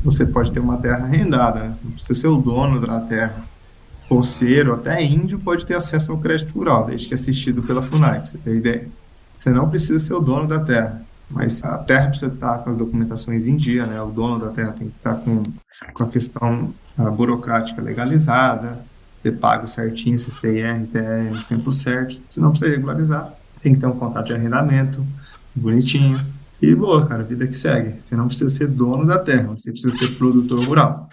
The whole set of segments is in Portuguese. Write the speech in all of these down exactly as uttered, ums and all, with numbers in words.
você pode ter uma terra arrendada, né? Você não precisa ser o dono da terra. Poceiro, até índio pode ter acesso ao crédito rural, desde que assistido pela FUNAI, pra você ter ideia. Você não precisa ser o dono da terra, mas a terra precisa estar com as documentações em dia, né? O dono da terra tem que estar com, com a questão a burocrática legalizada, ter pago certinho C C I R, T R nos tempos certos. Se não precisa regularizar, tem que ter um contrato de arrendamento bonitinho. E boa, cara, vida que segue. Você não precisa ser dono da terra, você precisa ser produtor rural.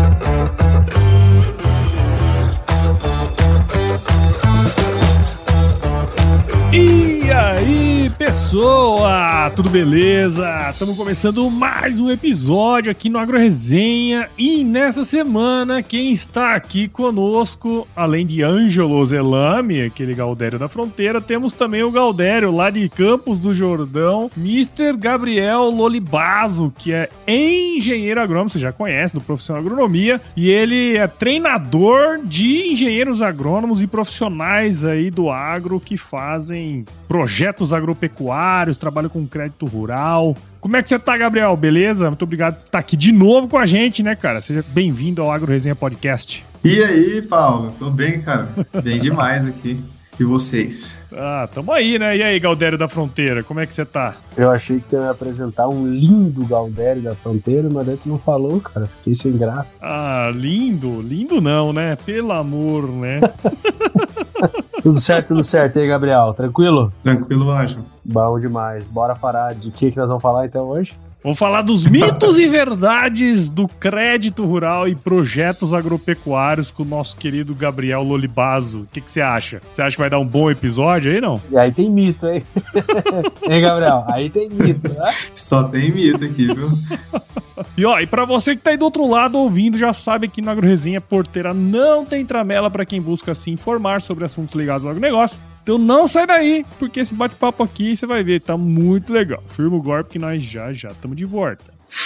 E aí, pessoa, tudo beleza? Estamos começando mais um episódio aqui no AgroResenha e nessa semana quem está aqui conosco, além de Ângelo Zelami, aquele Galdério da Fronteira, temos também o Galdério lá de Campos do Jordão, mister Gabriel Lolibazo, que é engenheiro agrônomo, você já conhece, do Profissional Agronomia, e ele é treinador de engenheiros agrônomos e profissionais aí do agro que fazem projetos agropecuários, trabalham com crédito rural. Como é que você tá, Gabriel? Beleza? Muito obrigado por estar aqui de novo com a gente, né, cara? Seja bem-vindo ao AgroResenha Podcast. E aí, Paulo? Tô bem, cara. Bem demais aqui. E vocês? Ah, tamo aí, né? E aí, Galdério da Fronteira, como é que você tá? Eu achei que tu ia apresentar um lindo Galdério da Fronteira, mas daí tu não falou, cara. Fiquei sem graça. Ah, lindo? Lindo não, né? Pelo amor, né? Tudo certo, tudo certo. E aí, Gabriel? Tranquilo? Tranquilo, Ângelo. Bom demais. Bora falar de que que nós vamos falar então hoje? Vamos falar dos mitos e verdades do crédito rural e projetos agropecuários com o nosso querido Gabriel Lolibazo. O que que você acha? Você acha que vai dar um bom episódio aí, não? E aí tem mito, hein? Hein, Gabriel? Aí tem mito, né? Só tem mito aqui, viu? E ó, e pra você que tá aí do outro lado ouvindo, já sabe que no AgroResenha Porteira não tem tramela pra quem busca se informar sobre assuntos ligados ao agronegócio. Então não sai daí, porque esse bate-papo aqui você vai ver, tá muito legal. Firma o golpe que nós já já estamos de volta.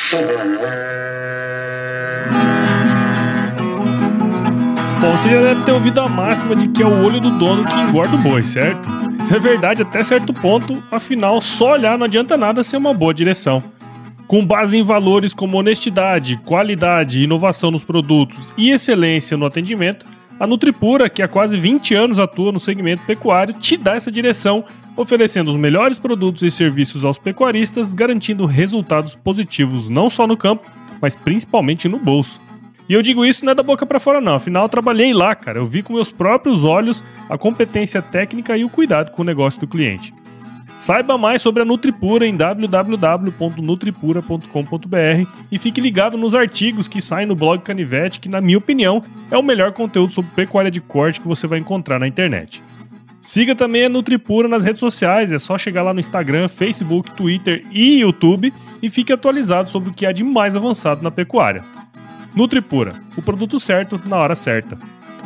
Bom, você já deve ter ouvido a máxima de que é o olho do dono que engorda o boi, certo? Isso é verdade até certo ponto, afinal só olhar não adianta nada ser uma boa direção. Com base em valores como honestidade, qualidade, inovação nos produtos e excelência no atendimento, a Nutripura, que há quase vinte anos atua no segmento pecuário, te dá essa direção, oferecendo os melhores produtos e serviços aos pecuaristas, garantindo resultados positivos não só no campo, mas principalmente no bolso. E eu digo isso não é da boca pra fora não, afinal eu trabalhei lá, cara, eu vi com meus próprios olhos a competência técnica e o cuidado com o negócio do cliente. Saiba mais sobre a Nutripura em w w w ponto nutripura ponto com ponto b r e fique ligado nos artigos que saem no blog Canivete, que na minha opinião é o melhor conteúdo sobre pecuária de corte que você vai encontrar na internet. Siga também a Nutripura nas redes sociais, é só chegar lá no Instagram, Facebook, Twitter e YouTube e fique atualizado sobre o que há de mais avançado na pecuária. Nutripura, o produto certo na hora certa.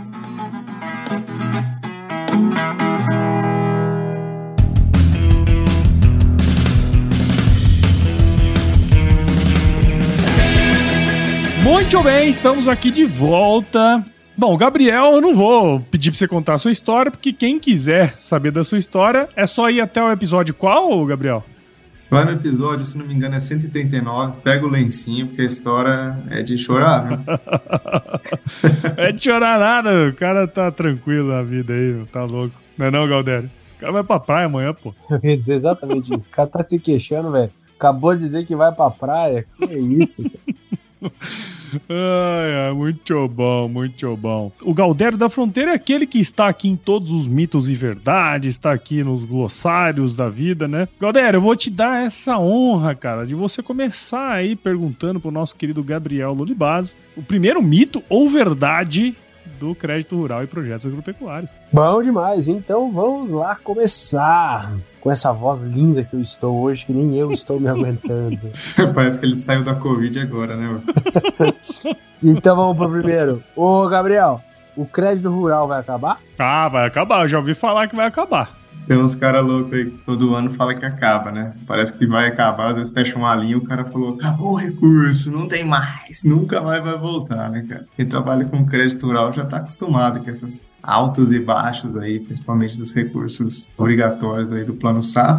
Muito bem, estamos aqui de volta. Bom, Gabriel, eu não vou pedir pra você contar a sua história, porque quem quiser saber da sua história é só ir até o episódio qual, Gabriel? Lá no episódio, se não me engano, é cento e trinta e nove. Pega o lencinho, porque a história é de chorar, né? É de chorar nada, o cara tá tranquilo na vida aí, tá louco. Não é não, Galdério? O cara vai pra praia amanhã, pô. Eu ia dizer exatamente isso. O cara tá se queixando, velho. Acabou de dizer que vai pra praia. Que é isso, cara? Ai, ai, muito bom, muito bom. O Galdério da Fronteira é aquele que está aqui em todos os mitos e verdades, está aqui nos glossários da vida, né? Galdério, eu vou te dar essa honra, cara, de você começar aí perguntando pro nosso querido Gabriel Lolibazo o primeiro mito ou verdade do crédito rural e projetos agropecuários. Bom demais, então vamos lá começar com essa voz linda que eu estou hoje, que nem eu estou me aguentando. Parece que ele saiu da Covid agora, né? Então vamos pro primeiro. Ô, Gabriel, o crédito rural vai acabar? Ah, vai acabar, eu já ouvi falar que vai acabar. Tem uns caras loucos aí que todo ano fala que acaba, né? Parece que vai acabar, às vezes fecha uma linha e o cara falou, acabou o recurso, não tem mais, nunca mais vai voltar, né, cara? Quem trabalha com crédito rural já tá acostumado com esses altos e baixos aí, principalmente dos recursos obrigatórios aí do Plano Safra.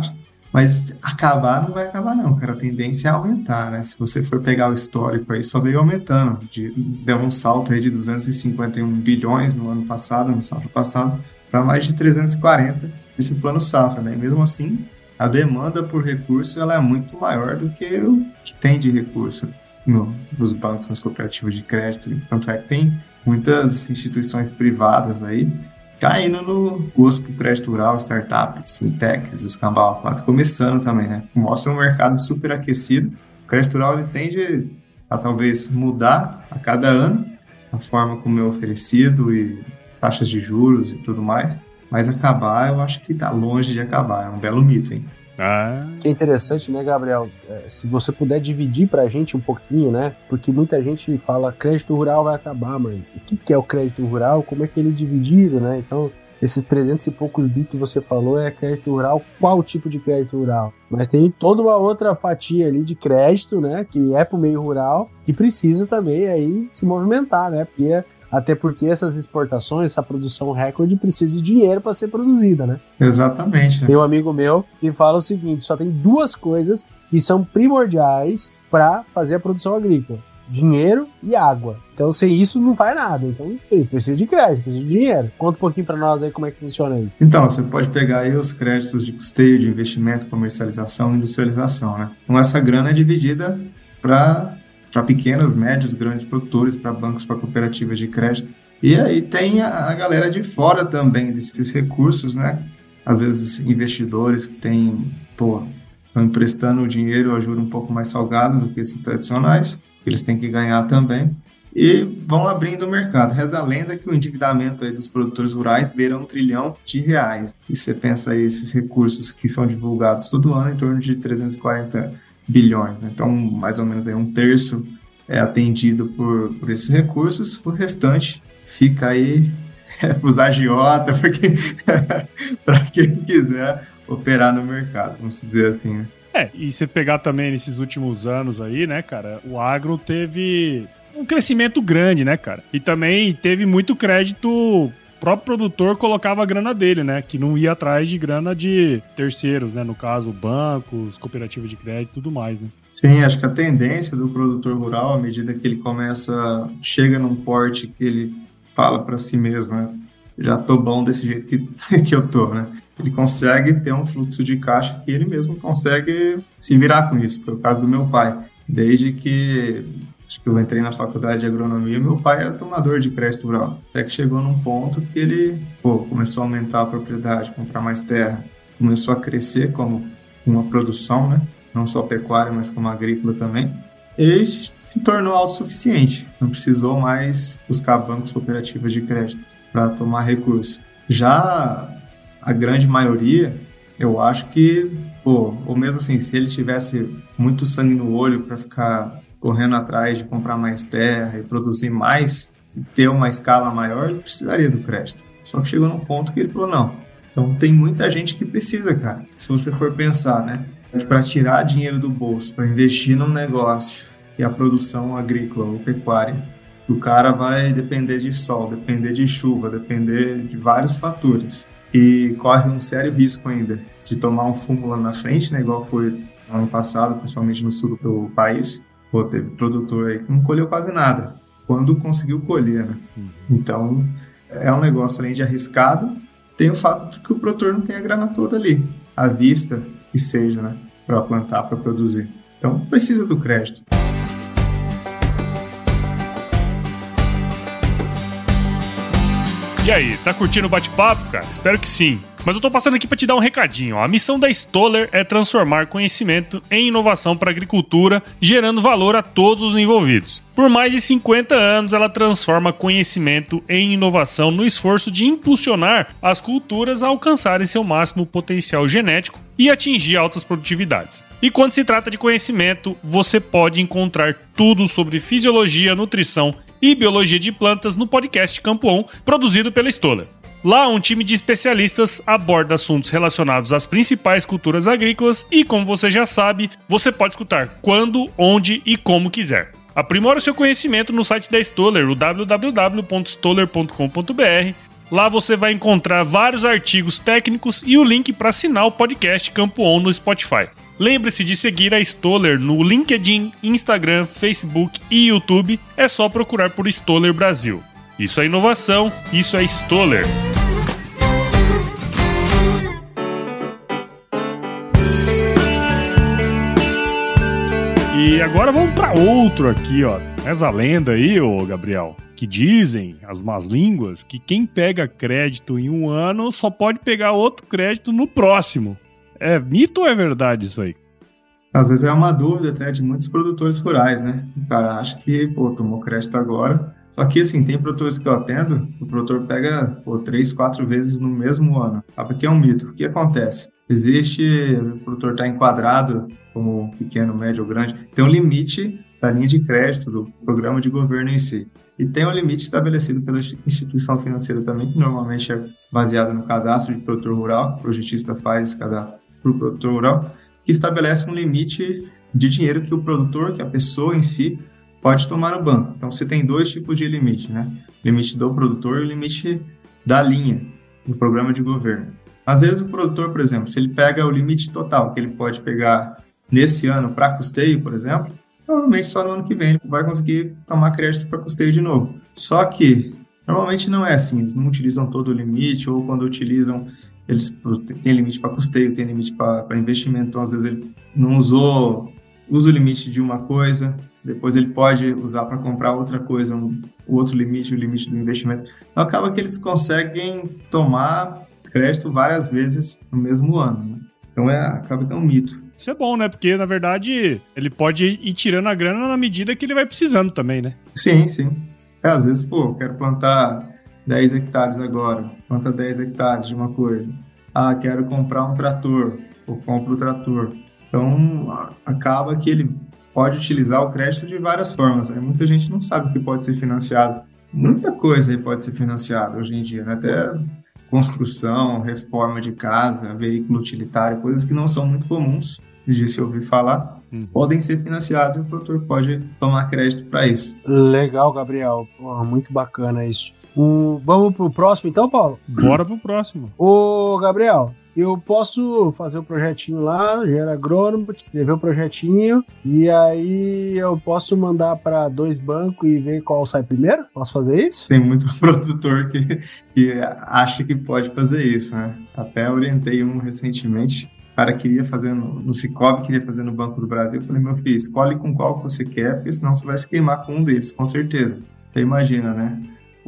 Mas acabar não vai acabar não, cara. A tendência é aumentar, né? Se você for pegar o histórico aí, só veio aumentando. De, deu um salto aí de duzentos e cinquenta e um bilhões no ano passado, no safra passado, para mais de trezentos e quarenta esse plano safra, né? E mesmo assim, a demanda por recurso ela é muito maior do que o que tem de recurso no, nos bancos, nas cooperativas de crédito. Tanto é que tem muitas instituições privadas aí caindo no gosto por crédito rural, startups, fintechs, escambau quatro, começando também, né? Mostra um mercado super aquecido. O crédito rural ele tende a talvez mudar a cada ano a forma como é oferecido e as taxas de juros e tudo mais, mas acabar eu acho que está longe de acabar, é um belo mito, hein? Ah. Que é interessante, né, Gabriel? É, se você puder dividir pra gente um pouquinho, né? Porque muita gente fala crédito rural vai acabar, mas o que, que é o crédito rural? Como é que ele é dividido, né? Então, esses trezentos e poucos bi que você falou é crédito rural. Qual tipo de crédito rural? Mas tem toda uma outra fatia ali de crédito, né? Que é pro meio rural, que precisa também aí se movimentar, né? Porque até porque essas exportações, essa produção recorde precisa de dinheiro para ser produzida, né? Exatamente. Né? Tem um amigo meu que fala o seguinte, só tem duas coisas que são primordiais para fazer a produção agrícola. Dinheiro e água. Então, sem isso, não faz nada. Então, precisa de crédito, precisa de dinheiro. Conta um pouquinho para nós aí como é que funciona isso. Então, você pode pegar aí os créditos de custeio, de investimento, comercialização e industrialização, né? Então, essa grana é dividida para... para pequenos, médios, grandes produtores, para bancos, para cooperativas de crédito. E aí tem a, a galera de fora também desses recursos, né? Às vezes investidores que têm, pô, estão emprestando o dinheiro a juro um pouco mais salgado do que esses tradicionais, eles têm que ganhar também, e vão abrindo o mercado. Reza a lenda que o endividamento aí dos produtores rurais beira um trilhão de reais. E você pensa aí esses recursos que são divulgados todo ano em torno de trezentos e quarenta bilhões, né? Então mais ou menos aí um terço é atendido por, por esses recursos, o restante fica aí é, para os agiotas, para quem quiser operar no mercado, vamos dizer assim, né? É, e você pegar também nesses últimos anos aí, né, cara, o agro teve um crescimento grande, né, cara, e também teve muito crédito. O próprio produtor colocava a grana dele, né? Que não ia atrás de grana de terceiros, né? No caso, bancos, cooperativas de crédito e tudo mais, né? Sim, acho que a tendência do produtor rural, à medida que ele começa, chega num porte que ele fala para si mesmo, né? Já tô bom desse jeito que, que eu tô, né? Ele consegue ter um fluxo de caixa que ele mesmo consegue se virar com isso. Foi o caso do meu pai. Desde que... acho que eu entrei na faculdade de agronomia, meu pai era tomador de crédito rural. Até que chegou num ponto que ele pô, começou a aumentar a propriedade, comprar mais terra, começou a crescer como uma produção, né? Não só pecuária, mas como agrícola também. E se tornou autossuficiente. Não precisou mais buscar bancos cooperativas de crédito para tomar recurso. Já a grande maioria, eu acho que, pô, ou mesmo assim, se ele tivesse muito sangue no olho para ficar correndo atrás de comprar mais terra e produzir mais, e ter uma escala maior, ele precisaria do crédito. Só que chegou num ponto que ele falou, não. Então tem muita gente que precisa, cara. Se você for pensar, né, que para tirar dinheiro do bolso, para investir num negócio, que é a produção agrícola ou pecuária, o cara vai depender de sol, depender de chuva, depender de vários fatores. E corre um sério risco ainda de tomar um fumo lá na frente, né, igual foi no ano passado, principalmente no sul do país. Pô, teve produtor aí que não colheu quase nada, quando conseguiu colher, né? Uhum. Então, é um negócio além de arriscado, tem o fato de que o produtor não tem a grana toda ali, à vista, que seja, né? Para plantar, para produzir. Então, precisa do crédito. E aí, tá curtindo o bate-papo, cara? Espero que sim. Mas eu tô passando aqui para te dar um recadinho. Ó. A missão da Stoller é transformar conhecimento em inovação para a agricultura, gerando valor a todos os envolvidos. Por mais de cinquenta anos, ela transforma conhecimento em inovação no esforço de impulsionar as culturas a alcançarem seu máximo potencial genético e atingir altas produtividades. E quando se trata de conhecimento, você pode encontrar tudo sobre fisiologia, nutrição e biologia de plantas no podcast Campo On, produzido pela Stoller. Lá, um time de especialistas aborda assuntos relacionados às principais culturas agrícolas e, como você já sabe, você pode escutar quando, onde e como quiser. Aprimora o seu conhecimento no site da Stoller, o w w w ponto stoller ponto com ponto b r, Lá você vai encontrar vários artigos técnicos e o link para assinar o podcast Campo On no Spotify. Lembre-se de seguir a Stoller no LinkedIn, Instagram, Facebook e YouTube. É só procurar por Stoller Brasil. Isso é inovação, isso é Stoller. E agora vamos para outro aqui, ó. Essa lenda aí, ô Gabriel, que dizem as más línguas que quem pega crédito em um ano só pode pegar outro crédito no próximo. É mito ou é verdade isso aí? Às vezes é uma dúvida até de muitos produtores rurais, né? O cara acha que, pô, tomou crédito agora. Só que, assim, tem produtores que eu atendo, o produtor pega, pô, três, quatro vezes no mesmo ano. Ah, porque é um mito. O que acontece? Existe, às vezes o produtor está enquadrado como pequeno, médio ou grande, tem um limite da linha de crédito do programa de governo em si. E tem um limite estabelecido pela instituição financeira também, que normalmente é baseado no cadastro de produtor rural, o projetista faz esse cadastro para o produtor rural, que estabelece um limite de dinheiro que o produtor, que a pessoa em si, pode tomar no banco. Então, você tem dois tipos de limite, né? O limite do produtor e o limite da linha do programa de governo. Às vezes, o produtor, por exemplo, se ele pega o limite total que ele pode pegar nesse ano para custeio, por exemplo, provavelmente só no ano que vem ele vai conseguir tomar crédito para custeio de novo. Só que, normalmente não é assim. Eles não utilizam todo o limite, ou quando utilizam, eles têm limite para custeio, tem limite para investimento. Então, às vezes, ele não usou, usa o limite de uma coisa, depois ele pode usar para comprar outra coisa, um, o outro limite, o limite do investimento. Então, acaba que eles conseguem tomar crédito várias vezes no mesmo ano, né? Então, é, acaba que é um mito. Isso é bom, né? Porque, na verdade, ele pode ir tirando a grana na medida que ele vai precisando também, né? Sim, sim. É, às vezes, pô, eu quero plantar dez hectares agora, planta dez hectares de uma coisa. Ah, quero comprar um trator, ou compro o trator. Então, acaba que ele pode utilizar o crédito de várias formas, né? Muita gente não sabe o que pode ser financiado. Muita coisa aí pode ser financiada hoje em dia, né? Até construção, reforma de casa, veículo utilitário, coisas que não são muito comuns de se ouvir falar, hum. podem ser financiadas e o produtor pode tomar crédito para isso. Legal, Gabriel. Porra, muito bacana isso. Um, vamos pro próximo então, Paulo? Bora pro próximo. Ô, Gabriel, eu posso fazer o um projetinho lá, engenheiro agrônomo, escrever o um projetinho, e aí eu posso mandar para dois bancos e ver qual sai primeiro? Posso fazer isso? Tem muito produtor que, que acha que pode fazer isso, né? Até orientei um recentemente, o cara queria fazer no, no Sicoob, queria fazer no Banco do Brasil. Eu falei, meu filho, escolhe com qual você quer, porque senão você vai se queimar com um deles, com certeza. Você imagina, né?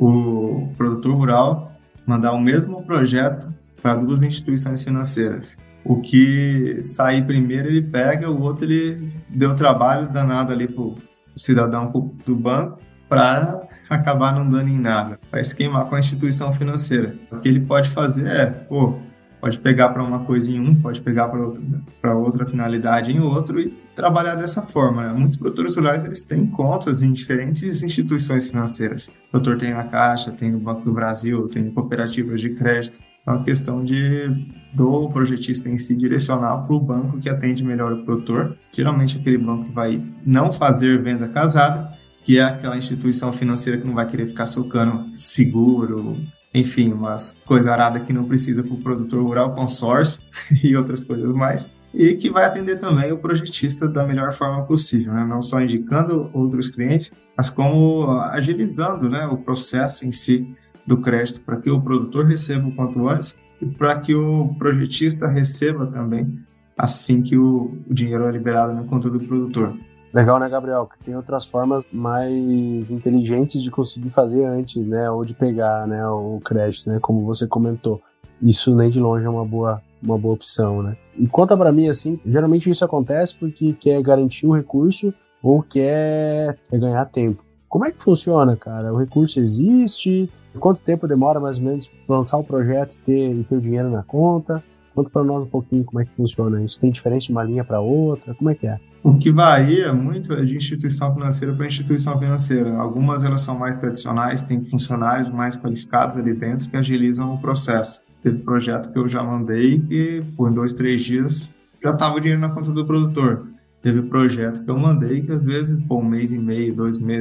O produtor rural mandar o mesmo projeto para duas instituições financeiras. O que sair primeiro ele pega, o outro ele deu trabalho danado ali para o cidadão do banco para acabar não dando em nada. Vai se queimar com a instituição financeira. O que ele pode fazer é, pô, pode pegar para uma coisa em um, pode pegar para outra, para outra finalidade em outro e trabalhar dessa forma, né? Muitos produtores rurais eles têm contas em diferentes instituições financeiras. O produtor tem na Caixa, tem no Banco do Brasil, tem cooperativas de crédito. É uma questão de do projetista em si direcionar para o banco que atende melhor o produtor. Geralmente aquele banco que vai não fazer venda casada, que é aquela instituição financeira que não vai querer ficar socando seguro, enfim, umas coisas aradas que não precisa para o produtor rural, consórcio e outras coisas mais. E que vai atender também o projetista da melhor forma possível, né? Não só indicando outros clientes, mas como agilizando, né, o processo em si do crédito para que o produtor receba o quanto antes e para que o projetista receba também assim que o, o dinheiro é liberado na conta do produtor. Legal, né, Gabriel? Que tem outras formas mais inteligentes de conseguir fazer antes, né, ou de pegar, né, o crédito, né, como você comentou. Isso nem de longe é uma boa, uma boa opção, né? E conta para mim, assim, geralmente isso acontece porque quer garantir o recurso ou quer, quer ganhar tempo. Como é que funciona, cara? O recurso existe? Quanto tempo demora, mais ou menos, para lançar o projeto e ter, e ter o dinheiro na conta? Conta para nós um pouquinho como é que funciona isso. Tem diferença de uma linha para outra? Como é que é? O que varia muito é de instituição financeira para instituição financeira. Algumas elas são mais tradicionais, têm funcionários mais qualificados ali dentro que agilizam o processo. Teve projeto que eu já mandei e, por dois, três dias, já estava o dinheiro na conta do produtor. Teve projeto que eu mandei que, às vezes, por um mês e meio, dois meses,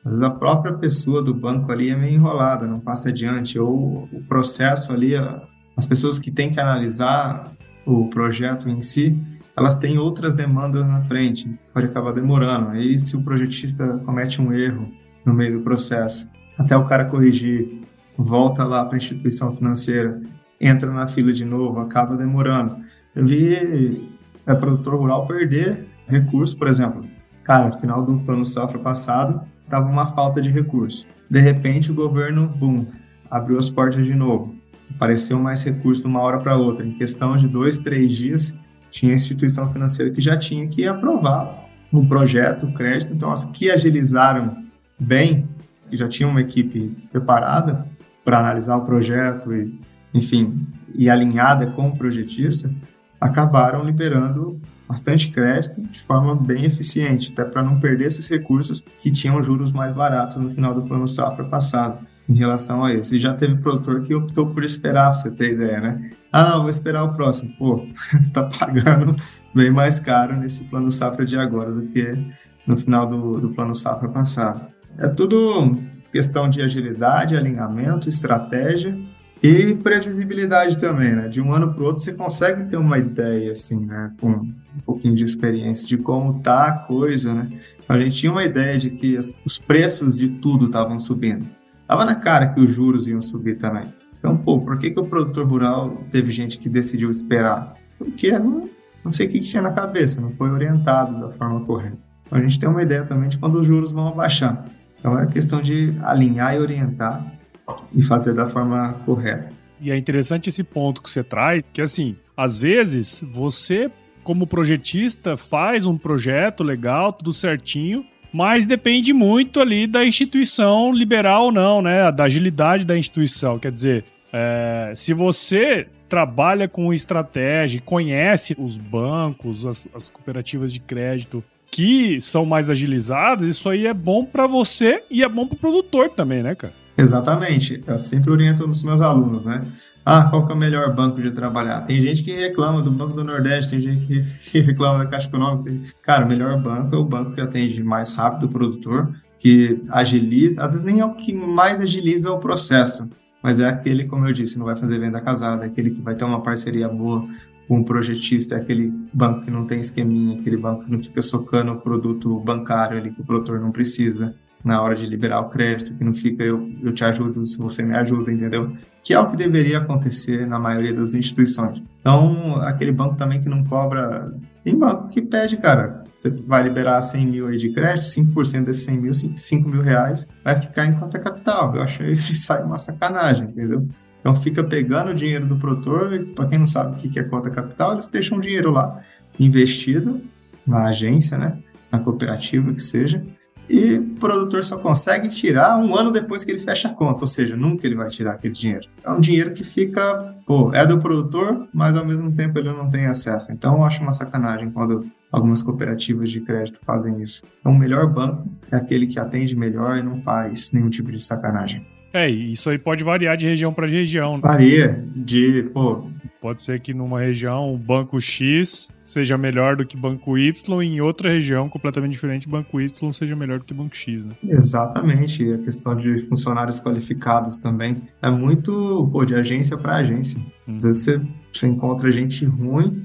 Às vezes a própria pessoa do banco ali é meio enrolada, não passa adiante, ou o processo ali, as pessoas que têm que analisar o projeto em si, elas têm outras demandas na frente, pode acabar demorando. Aí se o projetista comete um erro no meio do processo, até o cara corrigir, volta lá para a instituição financeira, entra na fila de novo, acaba demorando. Eu vi é, produtor rural perder recurso, por exemplo. Cara, no final do plano safra passado, estava uma falta de recurso. De repente, o governo, bum, abriu as portas de novo. Apareceu mais recurso de uma hora para outra. Em questão de dois, três dias, tinha instituição financeira que já tinha que aprovar o projeto, o crédito. Então, as que agilizaram bem, e já tinham uma equipe preparada para analisar o projeto e, enfim, e alinhada com o projetista, acabaram liberando bastante crédito de forma bem eficiente, até para não perder esses recursos que tinham juros mais baratos no final do plano safra passado, em relação a isso. E já teve produtor que optou por esperar, para você ter ideia, né? Ah, não, vou esperar o próximo. Pô, tá pagando bem mais caro nesse plano safra de agora do que no final do, do plano safra passado. É tudo questão de agilidade, alinhamento, estratégia e previsibilidade também, né? De um ano para o outro você consegue ter uma ideia, assim, né? Com um pouquinho de experiência de como tá a coisa, né? A gente tinha uma ideia de que as, os preços de tudo estavam subindo. Tava na cara que os juros iam subir também. Então, pô, por que que o produtor rural teve gente que decidiu esperar? Porque não, não sei o que, que tinha na cabeça, não foi orientado da forma correta. Então, a gente tem uma ideia também de quando os juros vão abaixar. Então, é questão de alinhar e orientar e fazer da forma correta. E é interessante esse ponto que você traz, que assim, às vezes você, como projetista, faz um projeto legal, tudo certinho, mas depende muito ali da instituição liberar ou não, né? Da agilidade da instituição. Quer dizer, é, se você trabalha com estratégia, conhece os bancos, as, as cooperativas de crédito que são mais agilizadas, isso aí é bom para você e é bom para o produtor também, né, cara? Exatamente. Eu sempre oriento os meus alunos, né? Ah, qual que é o melhor banco de trabalhar? Tem gente que reclama do Banco do Nordeste, tem gente que, que reclama da Caixa Econômica. Cara, o melhor banco é o banco que atende mais rápido o produtor, que agiliza, às vezes nem é o que mais agiliza o processo, mas é aquele, como eu disse, não vai fazer venda casada, é aquele que vai ter uma parceria boa com o projetista, é aquele banco que não tem esqueminha, aquele banco que não fica socando o produto bancário ali que o produtor não precisa na hora de liberar o crédito, que não fica eu, eu te ajudo se você me ajuda, entendeu? Que é o que deveria acontecer na maioria das instituições. Então, aquele banco também que não cobra... Tem banco que pede, cara, você vai liberar cem mil aí de crédito, cinco por cento desses cem mil, cinco mil reais, vai ficar em conta capital. Eu acho que isso aí uma sacanagem, entendeu? Então, fica pegando o dinheiro do produtor, e para quem não sabe o que é conta capital, eles deixam o dinheiro lá, investido na agência, né? Na cooperativa, que seja, e o produtor só consegue tirar um ano depois que ele fecha a conta, ou seja, nunca ele vai tirar aquele dinheiro. É um dinheiro que fica, pô, é do produtor, mas ao mesmo tempo ele não tem acesso. Então eu acho uma sacanagem quando algumas cooperativas de crédito fazem isso. Então o melhor banco é aquele que atende melhor e não faz nenhum tipo de sacanagem. É, isso aí pode variar de região para região. Varia de, pô... Pode ser que numa região o banco X seja melhor do que banco Y e em outra região completamente diferente banco Y seja melhor do que banco X, né? Exatamente. E a questão de funcionários qualificados também é muito, pô, de agência para agência. Hum. Às vezes você, você encontra gente ruim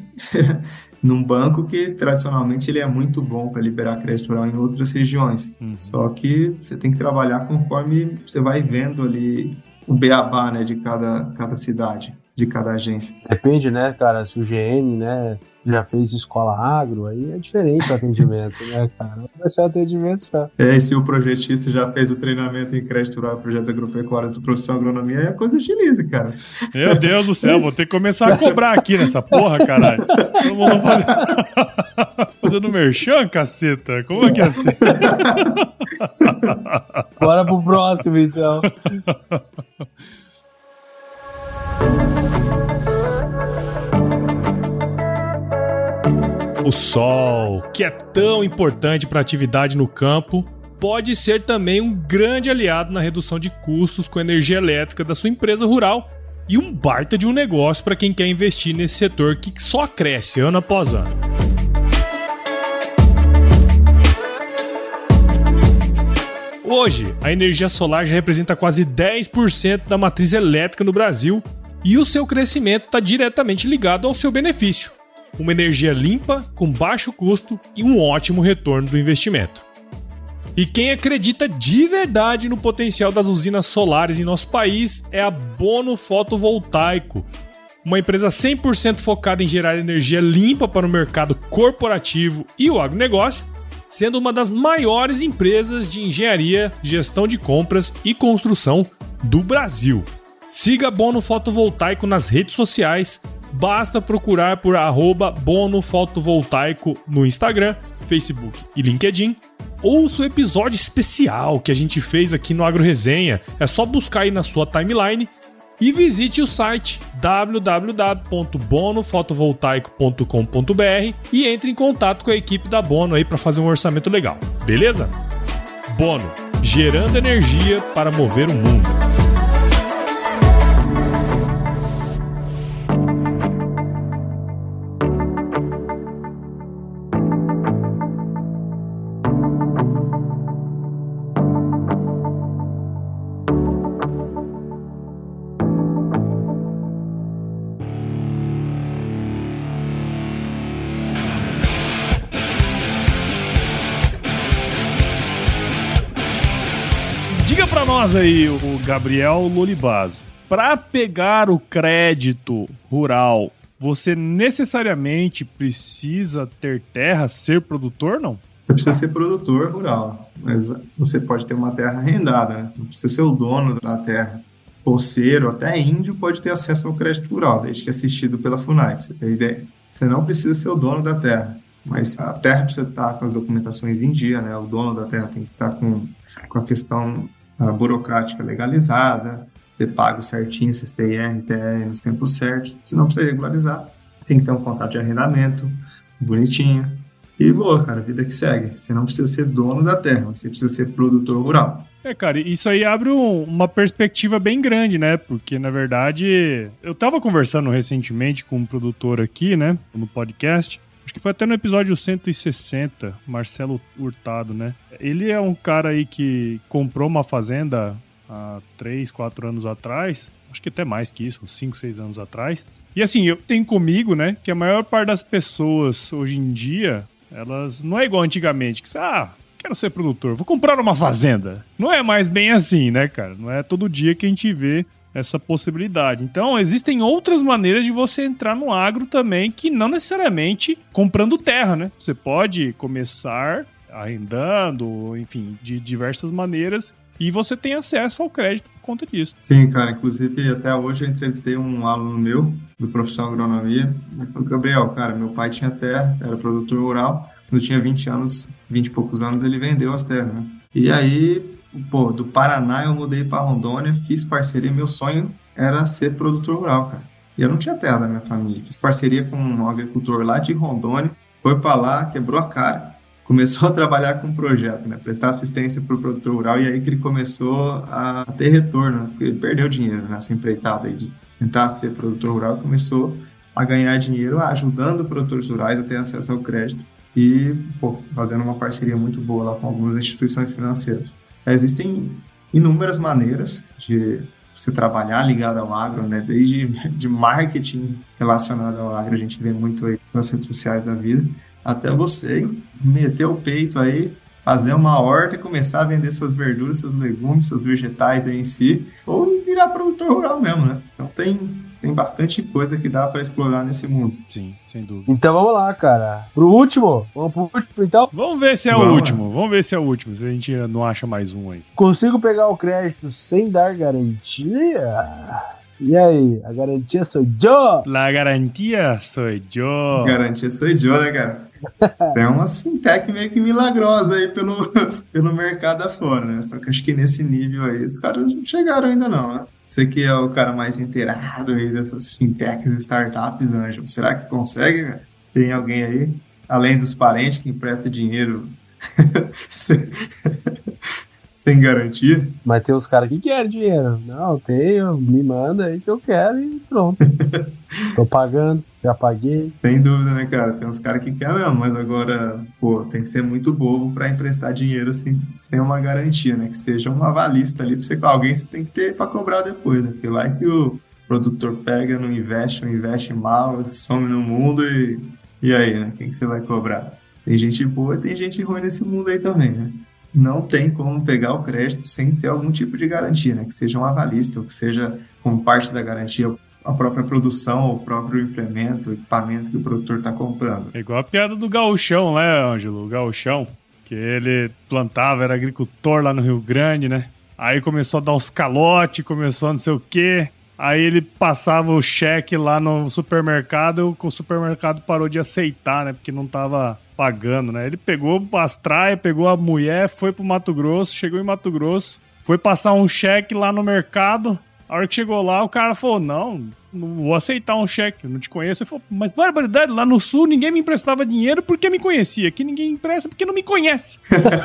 num banco que tradicionalmente ele é muito bom para liberar crédito rural em outras regiões. Hum. Só que você tem que trabalhar conforme você vai vendo ali o beabá, né, de cada, cada cidade, de cada agência. Depende, né, cara, se o G N, né, já fez escola agro, aí é diferente o atendimento, né, cara? Vai ser o atendimento já. É, e se o projetista já fez o treinamento em crédito rural, projeto agropecuário do profissão agronomia, aí a coisa agiliza, cara. Meu Deus do céu, vou ter que começar a cobrar aqui nessa porra, caralho. Todo mundo faz... fazendo merchan, caceta. Como é que é assim? Bora pro próximo, então. O sol, que é tão importante para a atividade no campo, pode ser também um grande aliado na redução de custos com a energia elétrica da sua empresa rural e um baita de um negócio para quem quer investir nesse setor que só cresce ano após ano. Hoje, a energia solar já representa quase dez por cento da matriz elétrica no Brasil e o seu crescimento está diretamente ligado ao seu benefício. Uma energia limpa, com baixo custo e um ótimo retorno do investimento. E quem acredita de verdade no potencial das usinas solares em nosso país é a Bono Fotovoltaico, uma empresa cem por cento focada em gerar energia limpa para o mercado corporativo e o agronegócio, sendo uma das maiores empresas de engenharia, gestão de compras e construção do Brasil. Siga Bono Fotovoltaico nas redes sociais, basta procurar por arroba Bono Fotovoltaico no Instagram, Facebook e LinkedIn. Ouça o episódio especial que a gente fez aqui no Agro Resenha, é só buscar aí na sua timeline e visite o site w w w ponto bono fotovoltaico ponto com ponto b r e entre em contato com a equipe da Bono aí para fazer um orçamento legal, beleza? Bono, gerando energia para mover o mundo. Diga pra nós aí, o Gabriel Lolibazo, para pegar o crédito rural, você necessariamente precisa ter terra, ser produtor, não? Você precisa ser produtor rural, mas você pode ter uma terra arrendada, né? Você não precisa ser o dono da terra. Poceiro, até índio pode ter acesso ao crédito rural, desde que é assistido pela FUNAI, pra você ter ideia. Você não precisa ser o dono da terra, mas a terra precisa estar com as documentações em dia, né? O dono da terra tem que estar com, com a questão a burocrática legalizada, ter pago certinho C C I R, T R nos tempos certos. Se não precisa regularizar, tem que ter um contrato de arrendamento bonitinho. E boa, cara, a vida que segue. Você não precisa ser dono da terra, você precisa ser produtor rural. É, cara, isso aí abre um, uma perspectiva bem grande, né? Porque, na verdade, eu tava conversando recentemente com um produtor aqui, né, no podcast. Acho que foi até no episódio cento e sessenta, Marcelo Hurtado, né? Ele é um cara aí que comprou uma fazenda há três, quatro anos atrás. Acho que até mais que isso, uns cinco, seis anos atrás. E assim, eu tenho comigo, né, que a maior parte das pessoas hoje em dia, elas não é igual antigamente, que ah, quero ser produtor, vou comprar uma fazenda. Não é mais bem assim, né, cara? Não é todo dia que a gente vê essa possibilidade. Então, existem outras maneiras de você entrar no agro também, que não necessariamente comprando terra, né? Você pode começar arrendando, enfim, de diversas maneiras, e você tem acesso ao crédito por conta disso. Sim, cara. Inclusive, até hoje eu entrevistei um aluno meu, do profissão agronomia, ele falou, Gabriel, cara, meu pai tinha terra, era produtor rural, quando tinha vinte anos, vinte e poucos anos, ele vendeu as terras, né? E aí, pô, do Paraná eu mudei para Rondônia, fiz parceria, meu sonho era ser produtor rural, cara. E eu não tinha terra da minha família. Fiz parceria com um agricultor lá de Rondônia, foi para lá, quebrou a cara, começou a trabalhar com um projeto, né? Prestar assistência para o produtor rural, e aí que ele começou a ter retorno, né? Porque ele perdeu dinheiro nessa empreitada aí de tentar ser produtor rural, começou a ganhar dinheiro ajudando produtores rurais a ter acesso ao crédito e, pô, fazendo uma parceria muito boa lá com algumas instituições financeiras. Existem inúmeras maneiras de você trabalhar ligado ao agro, né? Desde de marketing relacionado ao agro, a gente vê muito aí nas redes sociais da vida, até você meter o peito aí, fazer uma horta e começar a vender suas verduras, seus legumes, seus vegetais aí em si, ou virar produtor rural mesmo, né? Então tem, tem bastante coisa que dá para explorar nesse mundo. Sim, sem dúvida. Então vamos lá, cara. Pro último? Vamos pro último, então? Vamos ver se é Vamos. o último. Vamos ver se é o último, se a gente não acha mais um aí. Consigo pegar o crédito sem dar garantia? E aí, a garantia sou eu? La garantia sou eu. Garantia sou eu, né, cara? Tem umas fintech meio que milagrosas aí pelo, pelo mercado afora, né? Só que acho que nesse nível aí, os caras não chegaram ainda não, né? Você que é o cara mais inteirado aí dessas fintechs e startups, Ângelo, será que consegue, cara? Tem alguém aí, além dos parentes, que empresta dinheiro sem, sem garantia? Mas tem os caras que querem dinheiro. Não, tenho, me manda aí que eu quero e pronto. Tô pagando, já paguei. Sem dúvida, né, cara? Tem uns caras que querem mesmo, mas agora, pô, tem que ser muito bobo para emprestar dinheiro assim, sem uma garantia, né? Que seja um avalista ali, pra você, alguém você tem que ter para cobrar depois, né? Porque vai que o produtor pega, não investe, ou investe mal, some no mundo e, e aí, né? Quem que você vai cobrar? Tem gente boa e tem gente ruim nesse mundo aí também, né? Não tem como pegar o crédito sem ter algum tipo de garantia, né? Que seja um avalista, ou que seja como parte da garantia a própria produção, o próprio implemento, o equipamento que o produtor está comprando. É igual a piada do gauchão, né, Ângelo? O gauchão, que ele plantava, era agricultor lá no Rio Grande, né? Aí começou a dar os calotes, começou a não sei o quê. Aí ele passava o cheque lá no supermercado, o supermercado parou de aceitar, né? Porque não tava pagando, né? Ele pegou as traias, pegou a mulher, foi pro Mato Grosso, chegou em Mato Grosso, foi passar um cheque lá no mercado. A hora que chegou lá, o cara falou, não, não vou aceitar um cheque, eu não te conheço. Ele falou, mas barbaridade, lá no Sul ninguém me emprestava dinheiro porque me conhecia. Aqui ninguém empresta porque não me conhece.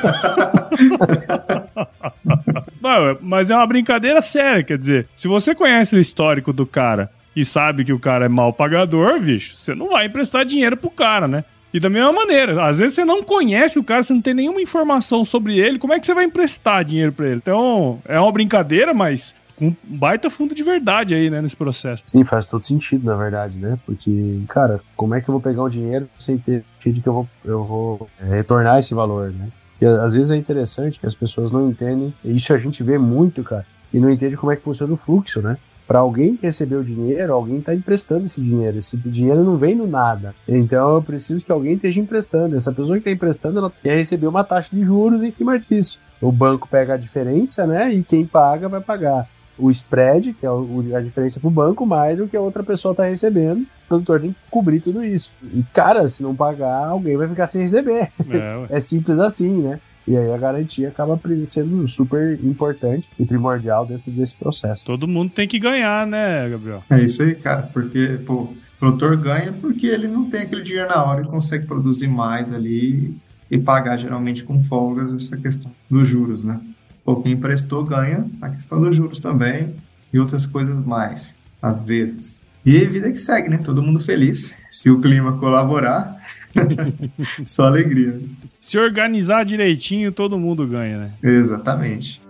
Não, mas é uma brincadeira séria, quer dizer, se você conhece o histórico do cara e sabe que o cara é mal pagador, bicho, você não vai emprestar dinheiro pro cara, né? E da mesma maneira, às vezes você não conhece o cara, você não tem nenhuma informação sobre ele, como é que você vai emprestar dinheiro pra ele? Então, é uma brincadeira, mas com um baita fundo de verdade aí, né, nesse processo. Sim, faz todo sentido, na verdade, né? Porque, cara, como é que eu vou pegar o dinheiro sem ter sentido que eu vou, eu vou é, retornar esse valor, né? E às vezes é interessante que as pessoas não entendem, e isso a gente vê muito, cara, e não entende como é que funciona o fluxo, né? Para alguém que recebeu o dinheiro, alguém está emprestando esse dinheiro. Esse dinheiro não vem do nada. Então eu preciso que alguém esteja emprestando. Essa pessoa que está emprestando, ela quer receber uma taxa de juros em cima disso. O banco pega a diferença, né? E quem paga vai pagar o spread, que é a diferença para o banco, mais o que a outra pessoa está recebendo. O produtor tem que cobrir tudo isso. E, cara, se não pagar, alguém vai ficar sem receber. É, é simples assim, né? E aí a garantia acaba sendo super importante e primordial dentro desse processo. Todo mundo tem que ganhar, né, Gabriel? É isso aí, cara, porque pô, o produtor ganha porque ele não tem aquele dinheiro na hora e consegue produzir mais ali e pagar geralmente com folga essa questão dos juros, né? Pô, quem emprestou ganha a questão dos juros também e outras coisas mais, às vezes. E a vida que segue, né? Todo mundo feliz. Se o clima colaborar, só alegria. Se organizar direitinho, todo mundo ganha, né? Exatamente.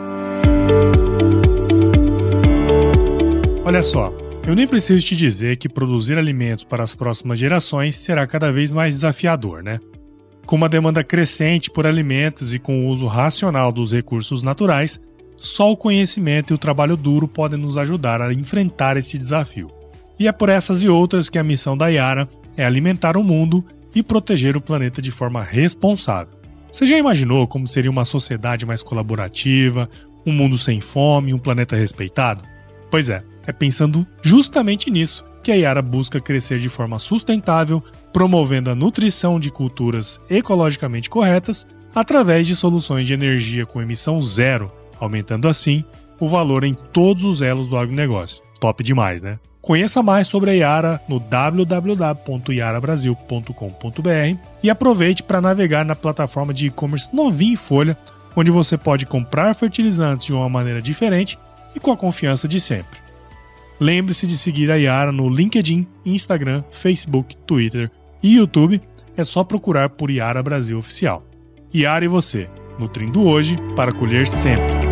Olha só, eu nem preciso te dizer que produzir alimentos para as próximas gerações será cada vez mais desafiador, né? Com uma demanda crescente por alimentos e com o uso racional dos recursos naturais, só o conhecimento e o trabalho duro podem nos ajudar a enfrentar esse desafio. E é por essas e outras que a missão da Yara é alimentar o mundo e proteger o planeta de forma responsável. Você já imaginou como seria uma sociedade mais colaborativa, um mundo sem fome, um planeta respeitado? Pois é, é pensando justamente nisso que a Yara busca crescer de forma sustentável, promovendo a nutrição de culturas ecologicamente corretas através de soluções de energia com emissão zero, aumentando assim o valor em todos os elos do agronegócio. Top demais, né? Conheça mais sobre a Yara no w w w ponto yara brasil ponto com ponto b r e aproveite para navegar na plataforma de e-commerce novinha em folha, onde você pode comprar fertilizantes de uma maneira diferente e com a confiança de sempre. Lembre-se de seguir a Yara no LinkedIn, Instagram, Facebook, Twitter e YouTube. É só procurar por Yara Brasil Oficial. Yara e você, nutrindo hoje para colher sempre.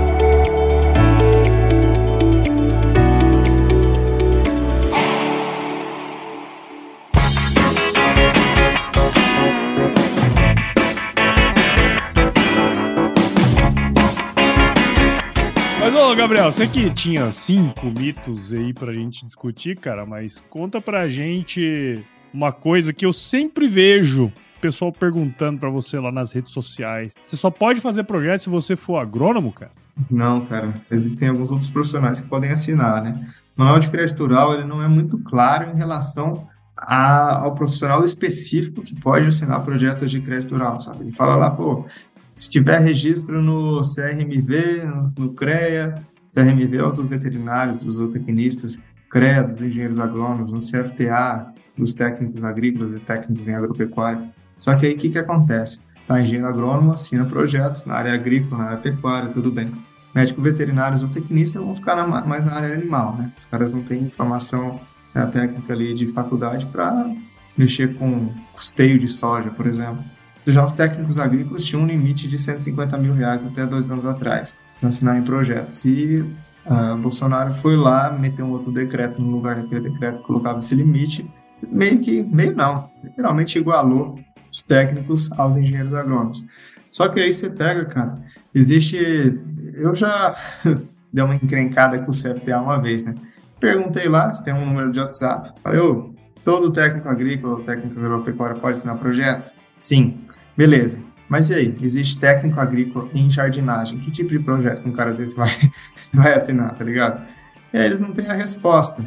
Mas, ô, Gabriel, você que tinha cinco mitos aí pra gente discutir, cara, mas conta pra gente uma coisa que eu sempre vejo o pessoal perguntando pra você lá nas redes sociais. Você só pode fazer projeto se você for agrônomo, cara? Não, cara. Existem alguns outros profissionais que podem assinar, né? O manual de crédito rural, ele não é muito claro em relação a, ao profissional específico que pode assinar projetos de crédito rural, sabe? Ele fala lá, pô, se tiver registro no C R M V, no, no CREA, C R M V é dos veterinários, dos zootecnistas, CREA dos engenheiros agrônomos, no C F T A dos técnicos agrícolas e técnicos em agropecuária. Só que aí o que, que acontece? A engenheiro agrônomo assina projetos na área agrícola, na área pecuária, tudo bem. Médico veterinário e zootecnista vão ficar na, mais na área animal, né? Os caras não têm informação a técnica ali de faculdade para mexer com custeio de soja, por exemplo. Já os técnicos agrícolas tinham um limite de cento e cinquenta mil reais até dois anos atrás para assinar em projetos. E uh, Bolsonaro foi lá, meteu um outro decreto no lugar daquele decreto que colocava esse limite, meio que, meio não, literalmente igualou os técnicos aos engenheiros agrônomos. Só que aí você pega, cara, existe... Eu já dei uma encrencada com o C F A uma vez, né? Perguntei lá se tem um número de WhatsApp. Falei, ô, todo técnico agrícola, técnico agropecuário pode assinar projetos? Sim. Beleza. Mas e aí? Existe técnico agrícola em jardinagem. Que tipo de projeto um cara desse vai, vai assinar, tá ligado? E aí eles não têm a resposta.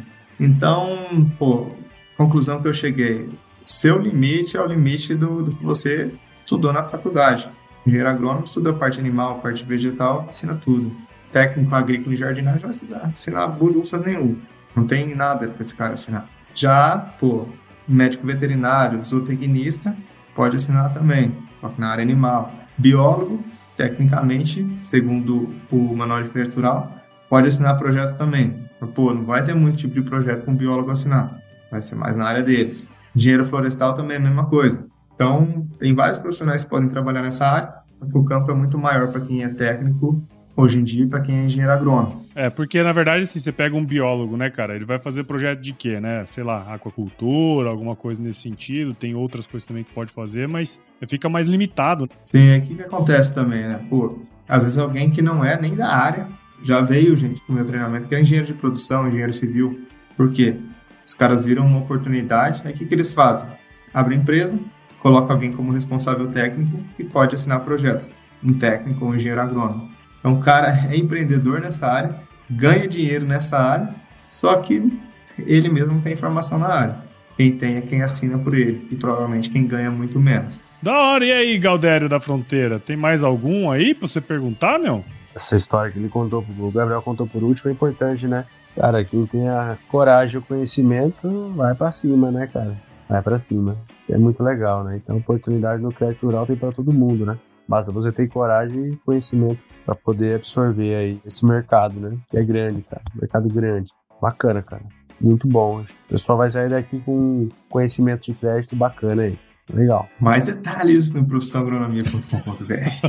Então, pô, conclusão que eu cheguei. Seu limite é o limite do, do que você estudou na faculdade. Engenheiro agrônomo estuda a parte animal, a parte vegetal, assina tudo. Técnico agrícola em jardinagem vai assinar, assinar bulufas nenhum. Não tem nada para esse cara assinar. Já, pô, médico veterinário, zootecnista, pode assinar também, só que na área animal. Biólogo, tecnicamente, segundo o Manual de Projeto Rural, pode assinar projetos também. Pô, não vai ter muito tipo de projeto com biólogo assinar, vai ser mais na área deles. Engenheiro florestal também é a mesma coisa. Então, tem vários profissionais que podem trabalhar nessa área, porque o campo é muito maior para quem é técnico hoje em dia, para quem é engenheiro agrônomo. É, porque na verdade, assim, você pega um biólogo, né, cara, ele vai fazer projeto de quê, né? Sei lá, aquacultura, alguma coisa nesse sentido, tem outras coisas também que pode fazer, mas fica mais limitado. Sim, é o que acontece também, né? Pô, às vezes alguém que não é nem da área, já veio, gente, com o meu treinamento, que é engenheiro de produção, engenheiro civil. Por quê? Os caras viram uma oportunidade, aí o que, que eles fazem? Abrem empresa, coloca alguém como responsável técnico e pode assinar projetos. Um técnico ou um engenheiro agrônomo. Então, o cara é empreendedor nessa área, ganha dinheiro nessa área, só que ele mesmo não tem informação na área. Quem tem é quem assina por ele, e provavelmente quem ganha muito menos. Da hora, e aí, Galdério da Fronteira? Tem mais algum aí pra você perguntar, meu? Essa história que ele contou, o Gabriel contou por último, é importante, né? Cara, quem tem a coragem e o conhecimento, vai pra cima, né, cara? Vai pra cima. É muito legal, né? Então, oportunidade no crédito rural tem pra todo mundo, né? Basta você ter coragem e conhecimento para poder absorver aí esse mercado, né? Que é grande, cara. Mercado grande. Bacana, cara. Muito bom. O pessoal vai sair daqui com conhecimento de crédito bacana aí. Legal. Mais detalhes no profissão agronomia ponto com ponto b r.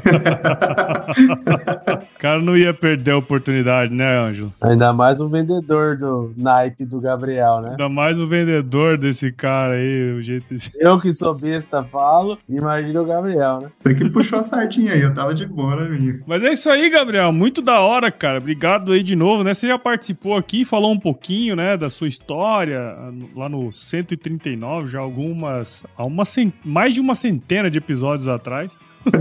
O cara não ia perder a oportunidade, né, Ângelo? Ainda mais o vendedor do naipe do Gabriel, né? Ainda mais o vendedor desse cara aí, o jeito desse... Eu que sou besta falo, imagina o Gabriel, né? Você que puxou a sardinha aí, eu tava de boa, né, menino? Mas é isso aí, Gabriel. Muito da hora, cara. Obrigado aí de novo, né? Você já participou aqui, falou um pouquinho, né, da sua história lá no cento e trinta e nove, já algumas... Há uma cent... mais de uma centena de episódios atrás.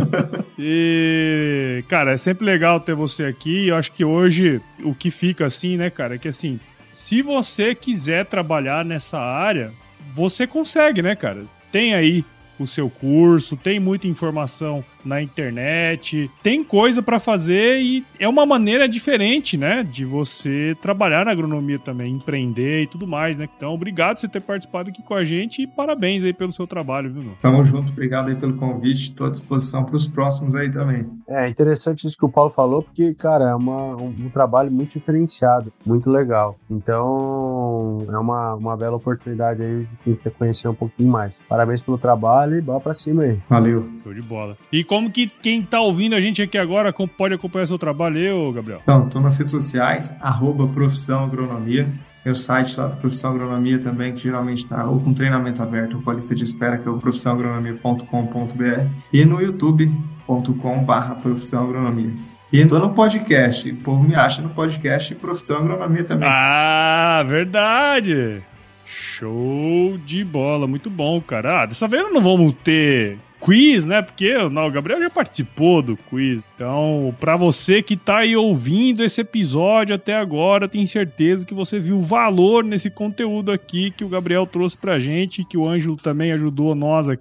E, cara, é sempre legal ter você aqui. Eu acho que hoje o que fica assim, né, cara, é que assim, se você quiser trabalhar nessa área, você consegue, né, cara? Tem aí o seu curso, tem muita informação na internet, tem coisa pra fazer e é uma maneira diferente, né, de você trabalhar na agronomia também, empreender e tudo mais, né? Então, obrigado por você ter participado aqui com a gente e parabéns aí pelo seu trabalho, viu, meu? Tamo junto, obrigado aí pelo convite, estou à disposição para os próximos aí também. É interessante isso que o Paulo falou, porque, cara, é uma, um, um trabalho muito diferenciado, muito legal. Então, é uma, uma bela oportunidade aí de quem conhecer um pouquinho mais. Parabéns pelo trabalho e bora pra cima aí. Valeu. Show de bola. E como que quem tá ouvindo a gente aqui agora pode acompanhar seu trabalho aí, ô Gabriel? Então, estou nas redes sociais, arroba Profissão Agronomia. Meu site lá, Profissão Agronomia também, que geralmente está ou com treinamento aberto ou com a lista de espera, que é o profissão agronomia ponto com ponto b r. E no youtube ponto com barra Profissão Agronomia. E estou no podcast. O povo me acha no podcast Profissão Agronomia também. Ah, verdade! Show de bola, muito bom, cara. Ah, dessa vez não vamos ter quiz, né? Porque não, o Gabriel já participou do quiz. Então, pra você que tá aí ouvindo esse episódio até agora, tenho certeza que você viu valor nesse conteúdo aqui que o Gabriel trouxe pra gente, que o Ângelo também ajudou nós aqui.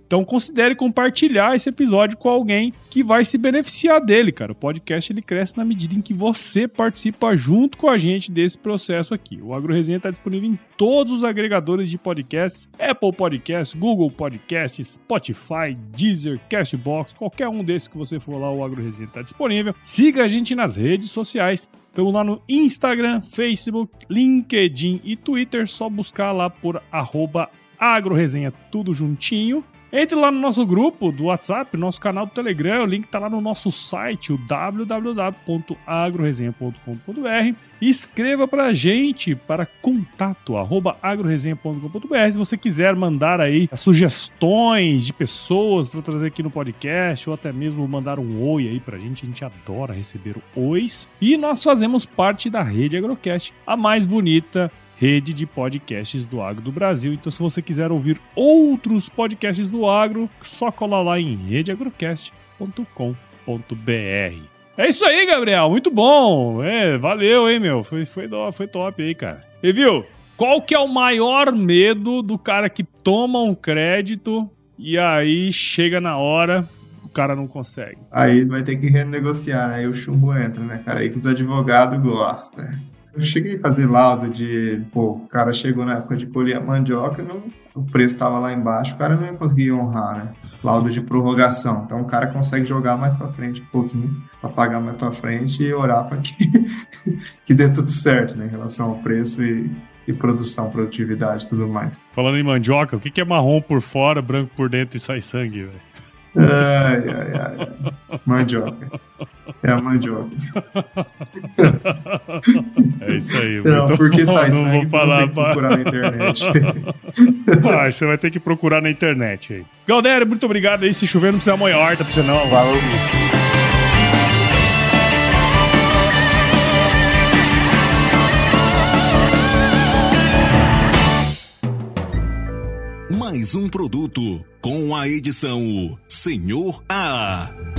Então considere compartilhar esse episódio com alguém que vai se beneficiar dele, cara. O podcast ele cresce na medida em que você participa junto com a gente desse processo aqui. O AgroResenha está disponível em todos os agregadores de podcasts, Apple Podcasts, Google Podcasts, Spotify, Deezer, Castbox, qualquer um desses que você for lá, o AgroResenha está disponível. Siga a gente nas redes sociais. Estamos lá no Instagram, Facebook, LinkedIn e Twitter. Só buscar lá por arroba AgroResenha, tudo juntinho. Entre lá no nosso grupo do WhatsApp, nosso canal do Telegram, o link tá lá no nosso site, o w w w ponto agroresenha ponto com ponto b r. E escreva pra gente para contato arroba agroresenha ponto com ponto b r se você quiser mandar aí sugestões de pessoas para trazer aqui no podcast ou até mesmo mandar um oi aí pra gente. A gente adora receber ois. E nós fazemos parte da Rede Agrocast, a mais bonita rede de podcasts do agro do Brasil. Então, se você quiser ouvir outros podcasts do agro, só cola lá em rede agrocast ponto com ponto b r. É isso aí, Gabriel. Muito bom. É, valeu, hein, meu. Foi, foi, foi top aí, cara. E viu? Qual que é o maior medo do cara que toma um crédito e aí chega na hora, o cara não consegue? Aí vai ter que renegociar, né? Aí o chumbo entra, né, cara? Aí que os advogados gostam. Eu cheguei a fazer laudo de, pô, o cara chegou na época de colher a mandioca, não, o preço estava lá embaixo, o cara não ia conseguir honrar, né? Laudo de prorrogação. Então o cara consegue jogar mais para frente um pouquinho, para pagar mais para frente e orar para que, que dê tudo certo, né? Em relação ao preço e, e produção, produtividade e tudo mais. Falando em mandioca, o que é marrom por fora, branco por dentro e sai sangue, velho? Ai, ai, ai. Mandioca. É a mandioca. É isso aí. Não, porque sai não sangue, vou falar, você vai ter que procurar na internet. Ah, você vai ter que procurar na internet aí. Galdério, muito obrigado aí. Se chover, não precisa molhar a horta pra você não. Valeu. Mais um produto com a edição Senhor A.